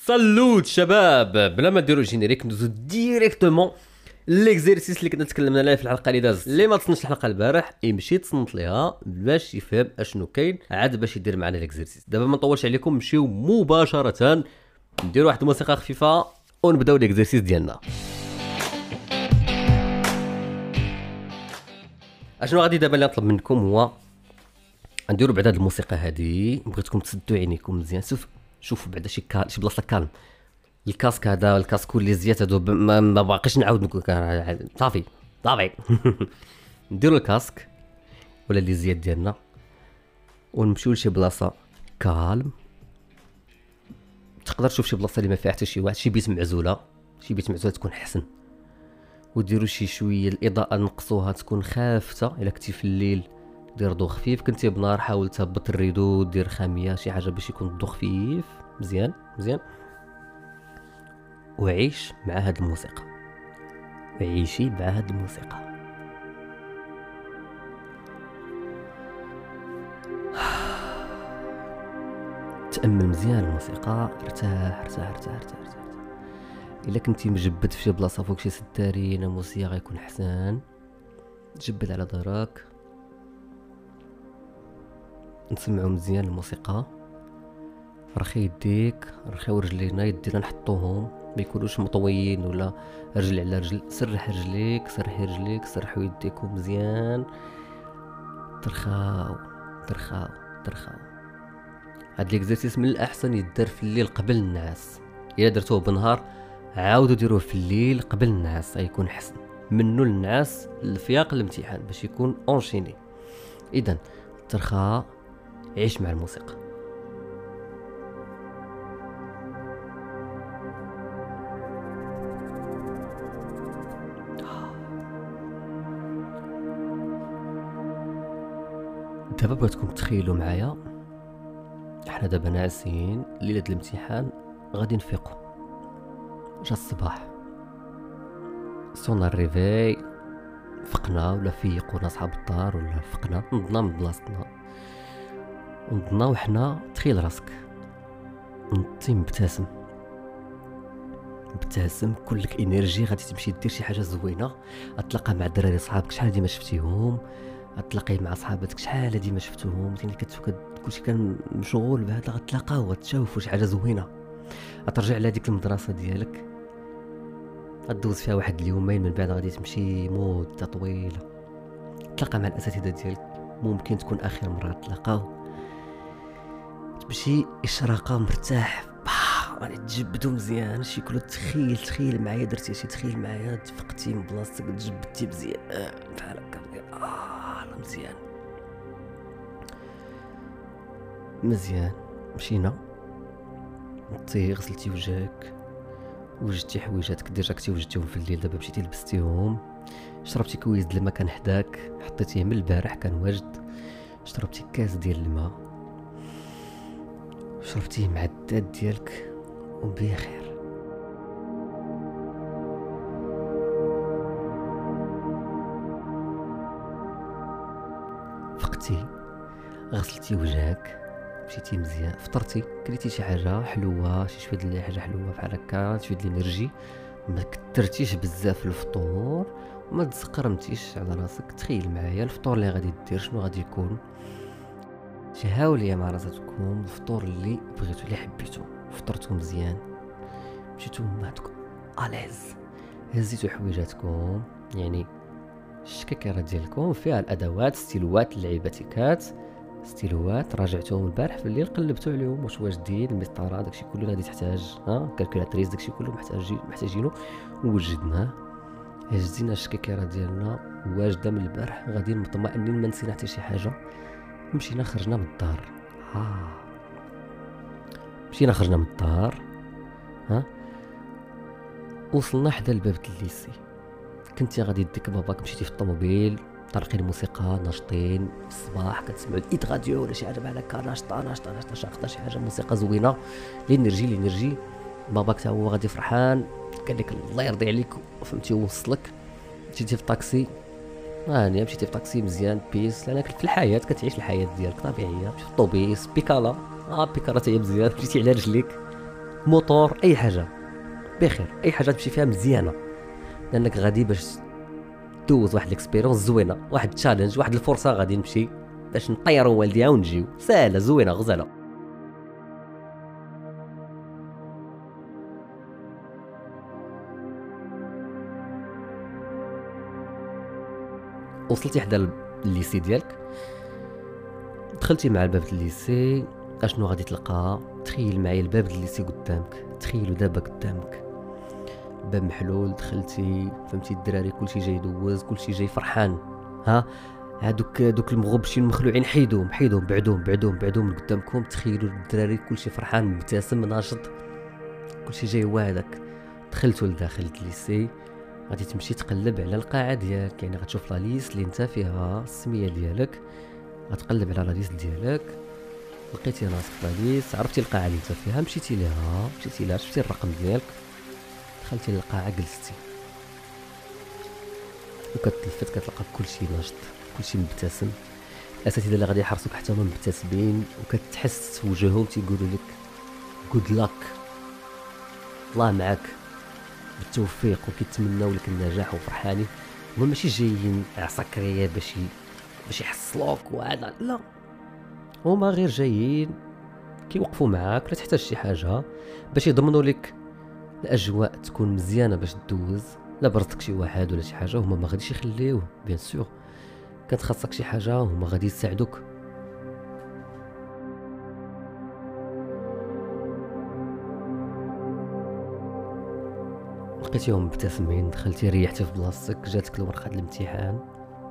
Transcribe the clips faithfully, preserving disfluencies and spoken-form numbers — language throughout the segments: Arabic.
سالوت شباب، بلا ما نديرو جينيريك ندوزو ديريكتومون ليكزيرسيس اللي كنا تكلمنا عليه في الحلقه اللي دازت. اللي ما تصنتش الحلقه البارح يمشي تصنت ليها باش يفهم اشنو كاين عاد باش يدير معنا ليكزيرسيس. دابا ما نطولش عليكم، نمشيو مباشره نديرو واحد الموسيقى خفيفه ونبداو ليكزيرسيس ديالنا. اشنو غادي دابا اللي نطلب منكم هو نديرو بعد هاد الموسيقى هادي، بغيتكم تسدوا عينيكم مزيان. شوف شوفوا بعدا شي كال... شي بلاصه كالم. الكاسك هذا الكاسكول اللي زيات هادو ب... ما, ما باقيش نعاود نقول صافي صافي نديرو الكاسك ولا اللي زيات ديالنا ونمشيو لشي بلاصه كالم. تقدر تشوف شي بلاصه اللي ما فيها حتى شي واحد، شي بيت معزوله، شي بيت معزوله تكون حسن، وديروا شي شويه الاضاءه نقصوها تكون خافته. الا كنتي في الليل دير ضو خفيف، كنتي بنهار حاول تهبط الريدو، دير خاميه شي حاجه باش يكون الضو خفيف مزيان مزيان. وعيش مع هاد الموسيقى، عيشي مع هاد الموسيقى. تأمل مزيان الموسيقى، ارتاح ارتاح ارتاح ارتاح, ارتاح. الا كنتي مجبد في شي بلاصه فوق شي ستاري ناموسيه غيكون حسن، تجبد على ظهرك نسمعوا مزيان الموسيقى. رخي يديك رخيو رجلينا، يدينا نحطوهم ما يكونوش مطويين ولا رجل على رجل. سرح رجليك سرحي رجليك سرحوا يديكم مزيان، ترخاو ترخاو ترخاو. هاد ليكزيرسيس من الاحسن يدار في الليل قبل النعاس. الا درتوه بالنهار عاودوا ديروه في الليل قبل النعاس غيكون حسن. منو النعاس الفياق الامتحان باش يكون اونشيني. اذا ترخاء، عيش مع الموسيقى. دابا بغيتكم تخيلوا معايا احنا دابا ناعسين ليله الامتحان، غادي نفيقوا. جا الصباح صونا الريفي، فقنا ولا فيقونا صحاب الدار ولا فقنا نضنا من بلاصتنا ونضنا وحنا. تخيل راسك نطي مبتسم مبتسم كلك انرجي، غادي تمشي دير شي حاجه زوينه، غتلاقى مع الدراري صحابك شحال هادي ما شفتيهم، غتلاقي مع صحاباتك شحال هادي ما شفتوهم، يعني كلشي كان مشغول بهذا، غتلاقاو غتشوفوا شي حاجه زوينه. غترجع لهاديك المدرسه ديالك غدوز فيها واحد اليومين، من بعد غادي تمشي مده طويله تلاقى مع الاساتذه ديالك، ممكن تكون اخر مره تلاقاو، تمشي اشراقه مرتاح غادي تجبدو مزيان. شي كله تخيل تخيل معايا، درتي شي تخيل معايا، تفقتي من بلاصتك تجبدتي مزيان بحال هكا اه مزيان مزيان. مشينا نطي غسلتي وجهك، وجدتي حويجاتك ديجا كنتي وجدتيهم في الليل، دابا مشيتي لبستيهم، شربتي كويس د الماء كان حداك حطيتيه من البارح كان واجد، شربتي كاس ديال الماء شربتيه مع الداد ديالك وبخير. فقتي غسلتي وجهك مشيتي مزيان، فطرتي كليتي شي حاجه حلوه، شي شويه ديال حاجه حلوه بحال هكا، شويه ديال الانرجي، ما كثرتيش بزاف الفطور وما تزقرمتيش على راسك. تخيل معايا الفطور اللي غادي دير شنو غادي يكون. شهاو ليا مع راساتكم الفطور اللي بغيتو اللي حبيتو، فطرتو مزيان، مشيتو معكم اليز، هزيتو حويجاتكم، يعني الشكاكره ديالكم فيها الادوات ستيلوات اللعيباتيكات ستيلوات، راجعتوهم البارح في الليل قلبتوا عليهم واش واجدين، المسطره داكشي كله غادي تحتاج، ها كالكولاتريس داكشي كله محتاج محتاجينه ووجدناه. هزينا الشكاكره ديالنا واجده من البارح، غادي مطمئنين ما نسينا حتى شي حاجه. مشينا خرجنا من الدار، ها مشينا خرجنا من الدار، ها وصلنا حدا الباب د الليسي. كنتي غادي ديك باباك، مشيتي في الطوموبيل طارقين الموسيقى ناشطين الصباح، كتسمعوا الايد راديو ولا شي حاجه بحال هكا ناشطه ناشطه ناشطه شاقطه شي حاجه موسيقى زوينه، لينيرجي لينيرجي. باباك تا هو غادي فرحان قال لك الله يرضي عليك فهمتي ووصلك. مشيتي في الطاكسي هانيه، مشيتي في طاكسي مزيان بيس، لانك في الحياه كتعيش الحياه ديالك طبيعيه. مشيتي في الطوبيس بيكالا اه بيكالا تاهي مزيان، مشيتي على رجليك موطور، اي حاجه بخير، اي حاجه تمشي فيها مزيانه، لانك غادي باش دوز واحد الاكسبيريونس زوينه، واحد تشالنج، واحد الفرصه غادي نمشي باش نطيروا والديها ونجيو ساهله زوينه غزاله. وصلتي حدا الليسي ديالك، دخلتي مع الباب الليسي، اشنو غادي تلقى؟ تخيل معايا الباب الليسي قدامك، تخيلوا دابا قدامك باب محلول، دخلتي فهمتي الدراري كلشي جاي يدوز، كلشي جاي فرحان، ها هادوك دوك المغبشين المخلوعين حيدوهم حيدوهم بعدوهم بعدوهم بعدوهم من قدامكم، تخيلوا الدراري كلشي فرحان مبتسم ناشط، كلشي جاي وحدك. دخلتوا لداخل الليسي، غادي تمشي تقلب على القاعه ديالك، يعني غتشوف لا ليست اللي انت فيها السميه ديالك، غتقلب على لا ليست ديالك، لقيتي راسك لا ليست، عرفتي القاعه اللي انت فيها، مشيتي ليها مشيتي لها، شفتي الرقم ديالك، دخلتي للقاعه جلستي، وكتلفت كتلقى كلشي ناشط، كلشي مبتسم، الاساتذه اللي غادي يحرسوك حتى هما مبتسمين، وكتحس في وجههم تيقولوا لك جود لاك، الله معاك بالتوفيق، وكيتمناو لك النجاح وفرحانين. هما ماشي جايين عسكريه باش باش يحصلوك وهذا، لا، هما غير جايين كيوقفوا معاك لا تحتاج شي حاجه، باش يضمنوا لك الاجواء تكون مزيانه باش تدوز، لا برزتك شي واحد ولا شي حاجه هما ما غاديش يخليوه، بيان سور كانت خاصك شي حاجه هما غادي يساعدوك. لقيتيهم مبتسمين، دخلتي ريحتي في بلاصتك، جاتك الورقه ديال الامتحان،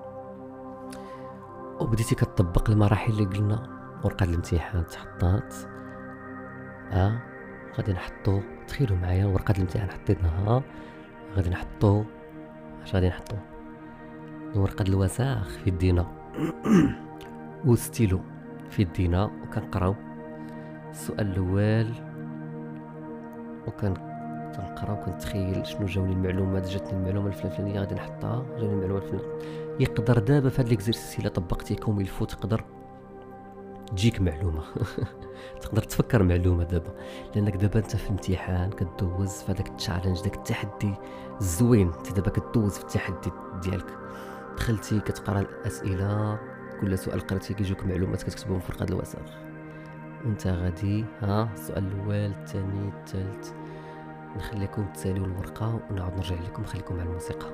وبديتي كتطبق المراحل اللي قلنا. ورقه الامتحان تحطات، ها غادي نحطو، تخيلوا معايا ورقه الامتحان حطيناها، غادي نحطو، اش غادي نحطو؟ ورقه الوساخ في يدينا وستيلو في يدينا، وكنقراو السؤال الاول، وكان كنقرا وكنتخيل شنو جاوني المعلومات، جاتني المعلومه الفلانيه غادي نحطها، جاوني المعلومه الفلانيه. يقدر دابا في هاد ليكزيرسيس الا طبقتيه كوم يلفو تقدر تجيك معلومه تقدر تفكر معلومه دابا، لانك دابا انت في امتحان كدوز في هذاك التشالنج، داك التحدي الزوين، انت دابا كدوز في التحدي ديالك، دخلتي كتقرا الاسئله، كل سؤال قريتي كيجيوك معلومات كتكتبهم في ورقه الوساخ، وانت غادي ها السؤال الاول الثاني الثالث. نخليكم تساليو الورقه ونعاود نرجع لكم، نخليكم مع الموسيقى.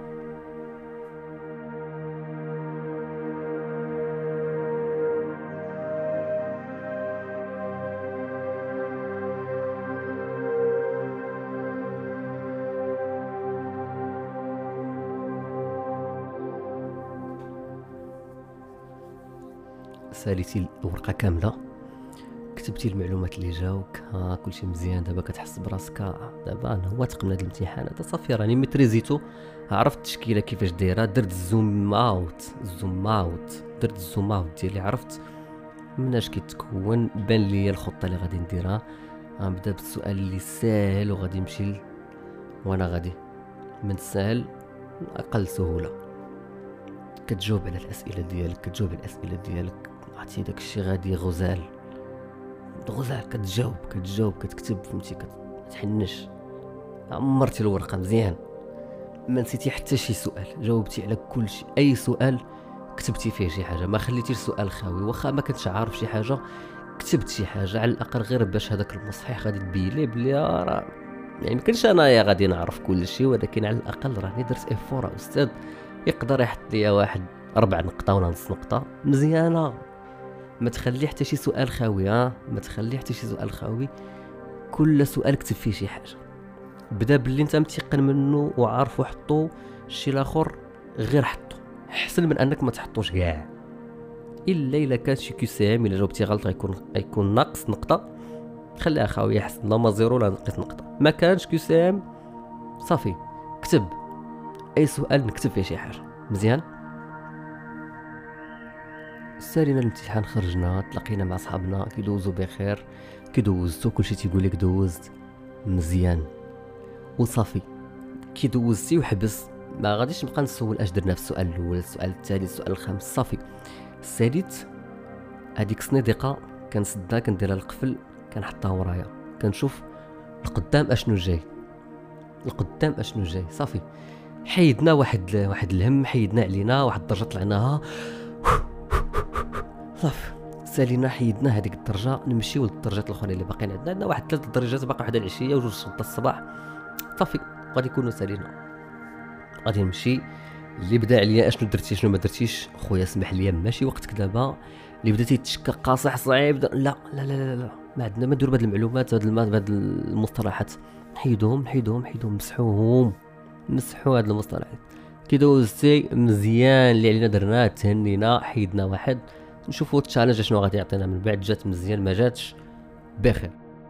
ساليتي الورقه كامله، كتبتي المعلومات اللي جاوك، ها كلشي مزيان، دابا كتحس براسك دابا انا واثق من هذا الامتحان هذا، صافي راني ميتريزيتو، عرفت التشكيله كيفاش دايره، درت الزوم اوت الزوم اوت درت الزوم اوت ديالي، عرفت مناش كيتكون، بان لي الخطه اللي غادي نديرها، غنبدا بالسؤال اللي ساهل وغادي نمشي وانا غادي من السهل اقل سهوله، كتجاوب على الاسئله ديالك كتجاوب على الاسئله ديالك عرفتي داك الشيء غادي غزال غزال، كتجاوب كتجاوب كتكتب، فهمتي كتحنش، عمرتي الورقه مزيان، ما نسيتي حتى شي سؤال، جاوبتي على كل شيء، اي سؤال كتبتي فيه شي حاجه، ما خليتيش سؤال خاوي، واخا ما كنتش عارف شي حاجه كتبت شي حاجه على الاقل، غير باش هذاك المصحح غادي تبين ليه بلي راه يعني مكنش انايا غادي نعرف كل شيء، ولكن على الاقل راني درت افور. استاذ يقدر يحط ليا واحد ربع نقطه ولا نص نقطه مزيانه، ما تخلي حتى شي سؤال خاوي، ها ما تخلي حتى شي سؤال خاوي، كل سؤال كتب فيه شي حاجه، بدا باللي انت متيقن منه وعارفو، حطو الشي الاخر غير حطو، احسن من انك ما تحطوش كاع، الا الا كان شي كيسام الا جاوبتي غلط غيكون غيكون ناقص نقطه، خليها خاويه احسن، لا ما زيرو لا نقص نقطه، ما كانش كيسام صافي كتب اي سؤال نكتب فيه شي حاجه مزيان. سالينا الامتحان، خرجنا تلاقينا مع صحابنا كيدوزوا بخير، كيدوزتو كلشي تيقول لك دوزت مزيان وصافي، كي دوزتي وحبس، ما غاديش نبقى نسول اش درنا في السؤال الاول السؤال الثاني السؤال الخامس، صافي ساليت هذيك السنيدقه كنسدها كنديرها القفل كنحطها ورايا، كنشوف القدام اشنو جاي، القدام اشنو جاي. صافي حيدنا واحد واحد الهم، حيدنا علينا واحد الدرجه طلعناها، صافي سالينا حيدنا هذيك الدرجه، نمشيو للدرجات الاخرى اللي باقيين عندنا. عندنا واحد ثلاث درجات باقي، وحده العشيه وجوج غدا الصباح. صافي غادي يكونوا سالينا، غادي نمشي. اللي بدا عليا اشنو درتي شنو ما درتيش، خويا اسمح لي ماشي وقتك دابا. اللي بديتي تشكى قاصح صعيب، لا لا لا لا, لا. ما عندنا ما نديرو بهاد المعلومات، هاد هاد المصطلحات نحيدوهم نحيدوهم نحيدوهم، مسحوهم، مسحوا هاد المصطلحات. كي دوزتي مزيان اللي علينا درناه، تهنينا، حيدنا واحد، نشوفوا التشالنج شنو غادي يعطينا من بعد. جات مزيان ما جاتش بخير.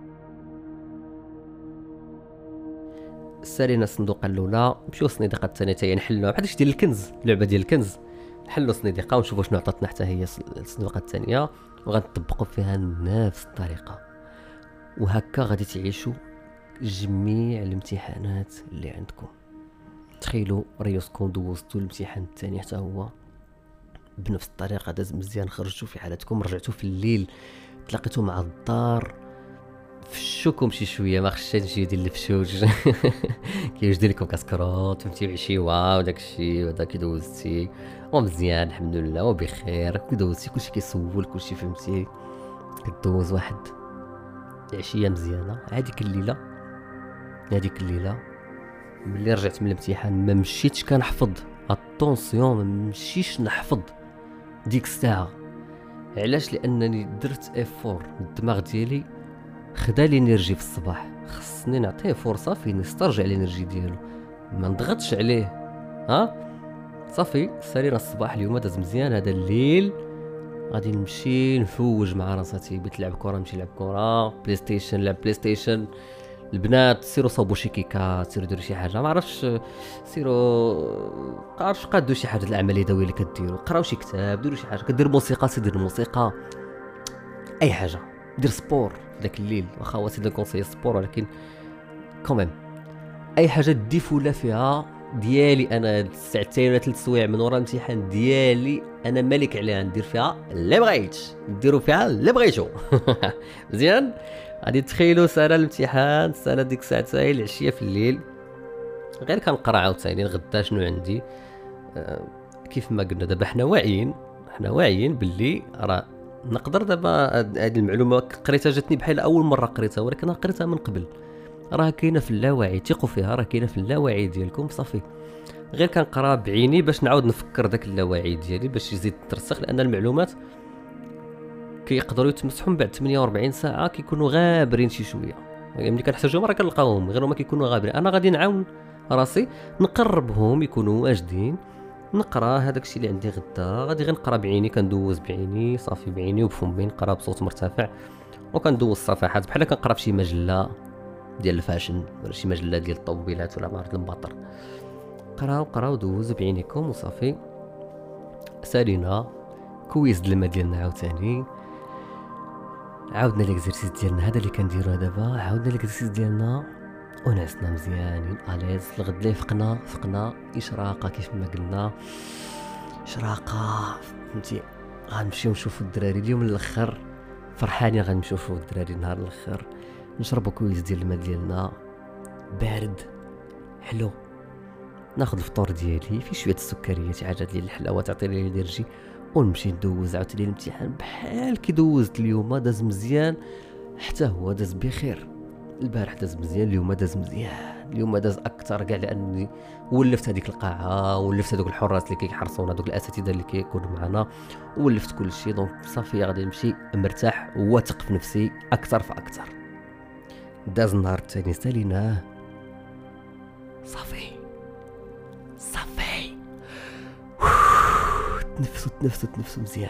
سالينا الصندوقه الاولى، نمشيو الصنيدقه الثانيه حتى نحلوها بحال داكشي ديال الكنز، اللعبه ديال الكنز. نحلوا الصنيدقه ونشوفوا شنو عطاتنا حتى هي الصندوقه الثانيه، وغنطبقوا فيها نفس الطريقه. وهكا غادي تعيشوا جميع الامتحانات اللي عندكم. تخيلوا ريوسكم دوزتوا الامتحان الثاني حتى هو بنفس الطريقه، داز مزيان، خرجتوا في حالتكم، رجعتوا في الليل، تلاقيتوا مع الدار، فشوكم شي شويه، ما خشيتش شي ديال الفشوش كيوجد لكم كاسكروت، فهمتي، عشيوه وداك الشيء وهذا. كي دوزتي ومزيان الحمد لله وبخير، كي دوزتي كلشي كيسول كلشي، فهمتي، كدوز واحد العشيه مزيانه. هذيك الليله هذيك الليله ملي رجعت من الامتحان ما مشيتش كنحفظ، اتونسيون ما مشيش نحفظ ديك الساعه. علاش؟ لانني درت افور، الدماغ ديالي خدا الانرجي في الصباح، خصني نعطيه فرصه فين يسترجع الانرجي ديالو، ما نضغطش عليه. ها صافي سالينا الصباح اليوم داز مزيان. هذا الليل غادي نمشي نفوج مع راساتي، بغيت نلعب كره نمشي نلعب كره، بلاي ستيشن نلعب بلاي ستيشن، البنات سيروا صوبوا شي كيكات، سيروا ديروا شي حاجه ما عرفتش، سيروا عرفتش قادوا شي حاجه الاعمال اليدويه اللي كديروا، قراو شي كتاب، ديروا شي حاجه، كدير موسيقى سيدير الموسيقى، اي حاجه، دير سبور داك الليل. واخا هو سيدي كونساي سبور، ولكن كوميم اي حاجه دي فولا فيها ديالي انا، ساعتين ولا ثلاث سوايع من ورا الامتحان ديالي انا مالك عليها، ندير فيها اللي بغيت، نديروا فيها اللي بغيتو مزيان. غادي تخيلوا سالا الامتحان، سالا ديك ساعتين العشيه في الليل، غير كنقرا عاوتاني الغدا شنو عندي. أه كيف ما قلنا دابا حنا واعيين، حنا واعيين باللي راه نقدر دابا هذه المعلومه قريتها جاتني بحال اول مره قريتها، ولكن انا قريتها من قبل، راه كاينه في اللاوعي، ثقوا فيها، راه كاينه في اللاوعي ديالكم. صافي غير كنقرا بعيني باش نعاود نفكر داك اللاوعي ديالي باش يزيد يترسخ، لان المعلومات كيقدروا يتمسحوا من بعد ثمانية وأربعين ساعه، كيكونوا غابرين شي شويه، يعني ملي كنحتاجهم راه كنلقاوهم، غير هما كيكونوا غابرين. انا غادي نعاون راسي نقربهم يكونوا واجدين، نقرا هذاك الشيء اللي عندي غدا، غادي غير نقرا بعيني، كندوز بعيني، صافي بعيني وبفمي، نقرا بصوت مرتفع وكندوز الصفحات بحال كنقرا فشي مجله ديال الفاشن ولا شي مجله ديال الطوموبيلات ولا ما عرفت المباطر. قراو قراو دوزوا بعينيكم وصافي. سالينا كويز د الماء ديالنا عاوتاني، عاودنا ليكزرسيس ديالنا هذا اللي كنديرو دابا، عاودنا ليكزرسيس ديالنا ونعسنا مزيانين اليز. الغد لي فقنا فقنا اشراقه كيف ما قلنا، اشراقه، فهمتي. غنمشيو نشوفوا الدراري اليوم الاخر، فرحانين غنمشيو نشوفوا الدراري نهار الاخر، نشربوا كويس ديال الماء ديالنا بارد حلو، ناخذ الفطور ديالي فيه شويه السكريات، حاجه ديال الحلاوه تعطيني الانرجي، ونمشي ندوز عاوتاني الامتحان بحال كي دوزت اليوم. داز مزيان حتى هو داز بخير، البارح داز مزيان، اليوم داز مزيان، اليوم داز اكثر كاع لاني ولفت هذيك القاعه، ولفت هذوك الحراس اللي كيحرصونا، هذوك الاساتذه اللي كيكونوا معنا، ولفت كل شيء. دونك صافي غادي نمشي مرتاح وواثق في نفسي اكثر فاكثر. داز النهار الثاني ساليناه، صافي صافي تنفسوا تنفسوا تنفسوا مزيان.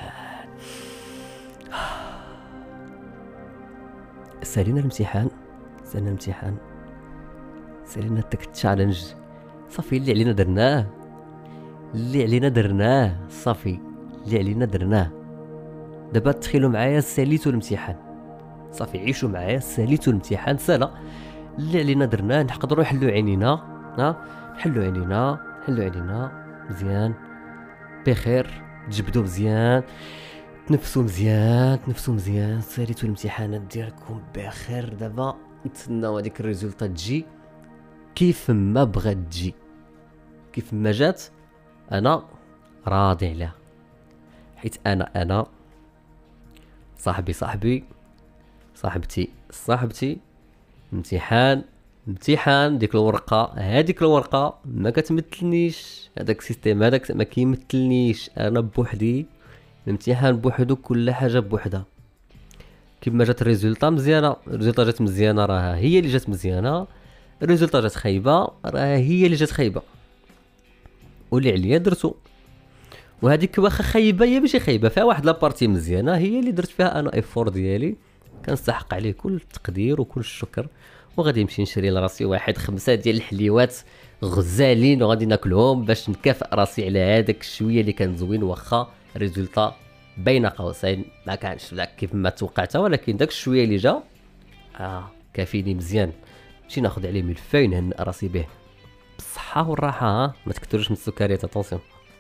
سالينا الامتحان، سالينا الامتحان، سالينا داك التشالنج، صافي اللي علينا درناه، اللي علينا درناه، صافي اللي علينا درناه. دابا تخيلوا معايا ساليتوا الامتحان، صافي عيشوا معايا ساليتوا الامتحان، سالا اللي علينا درناه. نقدروا نحلوا عينينا، ها نحلوا عينينا، نحلوا عينينا مزيان بخير، تجبدوا مزيان، تنفسوا مزيان، تنفسوا مزيان، ساليتوا الامتحانات ديالكم بخير. دابا نتسناو هذيك الريزولطا تجي كيف ما بغات تجي، كيف ما جات انا راضي عليها، حيت انا انا صاحبي صاحبي صاحبتي صاحبتي امتحان امتحان ديك الورقه هذيك الورقه ما كتمثلنيش، هذاك السيستيم هذاك ما كيمثلنيش، انا بوحدي، الامتحان بوحدو، كل حاجه بوحدها. كيما جات الريزولطا مزيانه، الريزولطا جات مزيانه راه هي اللي جات مزيانه، الريزولطا جات خايبه راه هي اللي جات خايبه، واللي عليا درتو. وهذيك واخا خايبه هي ماشي خايبه، فيها واحد لابارتي مزيانه هي اللي درت فيها انا ايفور ديالي، كنستحق عليه كل التقدير وكل الشكر. وغادي نمشي نشري لراسي واحد خمسه ديال الحليوات غزالين وغادي ناكلهم باش نكافئ راسي على هذاك الشويه اللي كان زوين، واخا ريزولطا بين قوسين ما كانش لا كيف ما توقعتها، ولكن داك الشويه اللي جا اه كافيني مزيان. نمشي ناخذ عليه ملفين نهنئ راسي به بالصحه والراحه. ها ما تكثروش من السكريات، اتونسيون.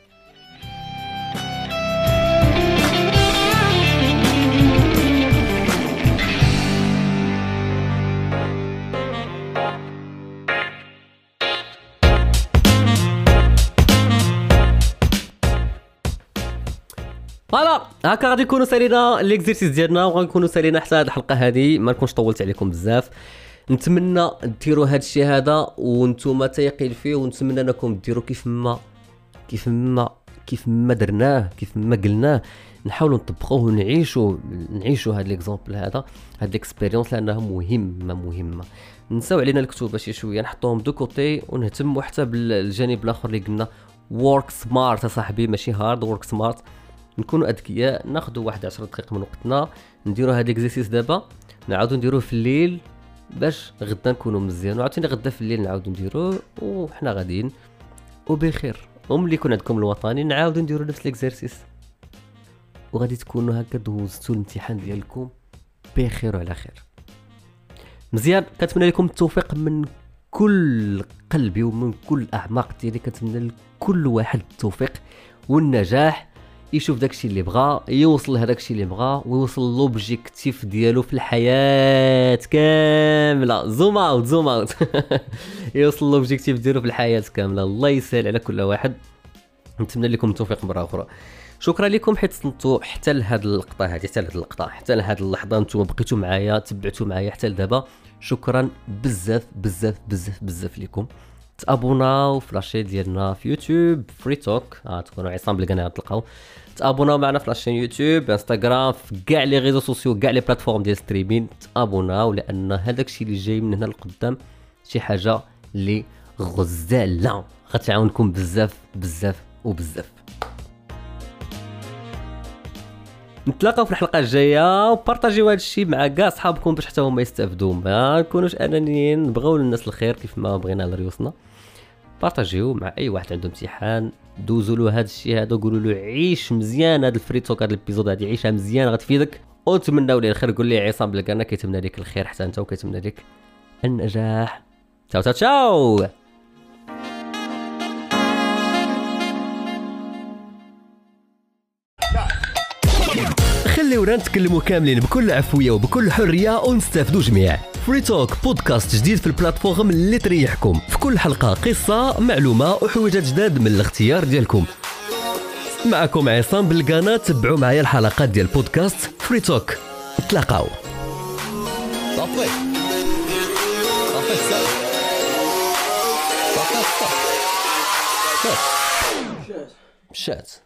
فوالا هكا غادي نكونوا سالينا ليكزيرسيس ديالنا، وغنكونوا سالينا حتى هاد الحلقه هذه، ما نكونش طولت عليكم بزاف. نتمنى ديروا هاد الشيء هذا وانتم تايقين فيه، ونتمنى انكم ديروا كيف ما كيف ما كيف ما درناه، كيف ما قلناه، نحاولوا نطبقوه ونعيشوا نعيشوا هاد ليكزامبل هذا، هاد ليكسبيريونس، لانها مهمه مهمه. نساو علينا الكتوبه شي شويه، نحطوهم دو كوتي ونهتموا حتى بالجانب الاخر اللي قلنا وورك سمارت صاحبي، ماشي هارد، وورك سمارت. نكونوا اذكياء، ناخذوا واحد عشرة دقائق من وقتنا نديروا هاد الاكزيرسيس دابا، نعاودوا نديروه في الليل باش غدا نكونوا مزيان، وعاوتاني غدا في الليل نعاودوا نديروه وحنا غاديين وبخير. وملي يكون عندكم الوطني نعاودوا نديروا نفس الاكزيرسيس، وغادي تكونوا هكا دوزتوا الامتحان ديالكم بخير وعلى خير. مزيان، كنتمنى لكم التوفيق من كل قلبي ومن كل الاعماق ديالي، كنتمنى لكل واحد التوفيق والنجاح، يشوف داكشي اللي بغا، يوصل لهداك الشيء اللي بغا، ويوصل لوبجيكتيف ديالو في الحياه كامله. زوم اوت زوم اوت يوصل لوبجيكتيف ديالو في الحياه كامله. الله يسهل على كل واحد. نتمنى لكم التوفيق مره اخرى. شكرا لكم حيت صنتوا حتى لهاد اللقطه هذه، حتى لهاد اللقطه، حتى لهاد اللحظه، نتوما بقيتوا معايا، تبعتوا معايا حتى لدابا. شكرا بزاف بزاف بزاف بزاف لكم. تابوناو في لاشين ديالنا في يوتيوب فري توك، اه تكونوا عصام بالقناه تلقاو. تابوناو معنا في لاشين يوتيوب، انستغرام، في كاع لي ريزو سوسيو، كاع لي بلاتفورم ديال ستريمين. تابوناو لان هذاك الشيء اللي جاي من هنا لقدام شي حاجه اللي غزاله غتعاونكم بزاف بزاف وبزاف. نتلاقاو في الحلقه الجايه، وبارطاجيو هذا الشيء مع كاع صحابكم باش حتى هما يستافدوا، ما نكونوش انانيين، نبغيو للناس الخير كيف ما بغينا لريوسنا. بارطاجيو مع اي واحد عنده امتحان، دوزوا له هذا الشيء هذا، قولوا له عيش مزيان هذا الفري توك، هذا الابيزود هذه عيشها مزيان غتفيدك، ونتمناو ليه الخير. قول لي عصام بالقناه كيتمنى لك الخير حتى انت، وكيتمنى لك النجاح. تشاو تشاو تشاو. خليونا نتكلموا كاملين بكل عفويه وبكل حريه ونستافدوا جميع. فري توك بودكاست جديد في البلاتفورم اللي تريحكم، في كل حلقه قصه، معلومه وحويجات جداد من الاختيار ديالكم. معكم عصام بالقناه، تبعوا معايا الحلقات ديال بودكاست فري توك. نتلاقاو. صافي صافي صافي صافي. مشات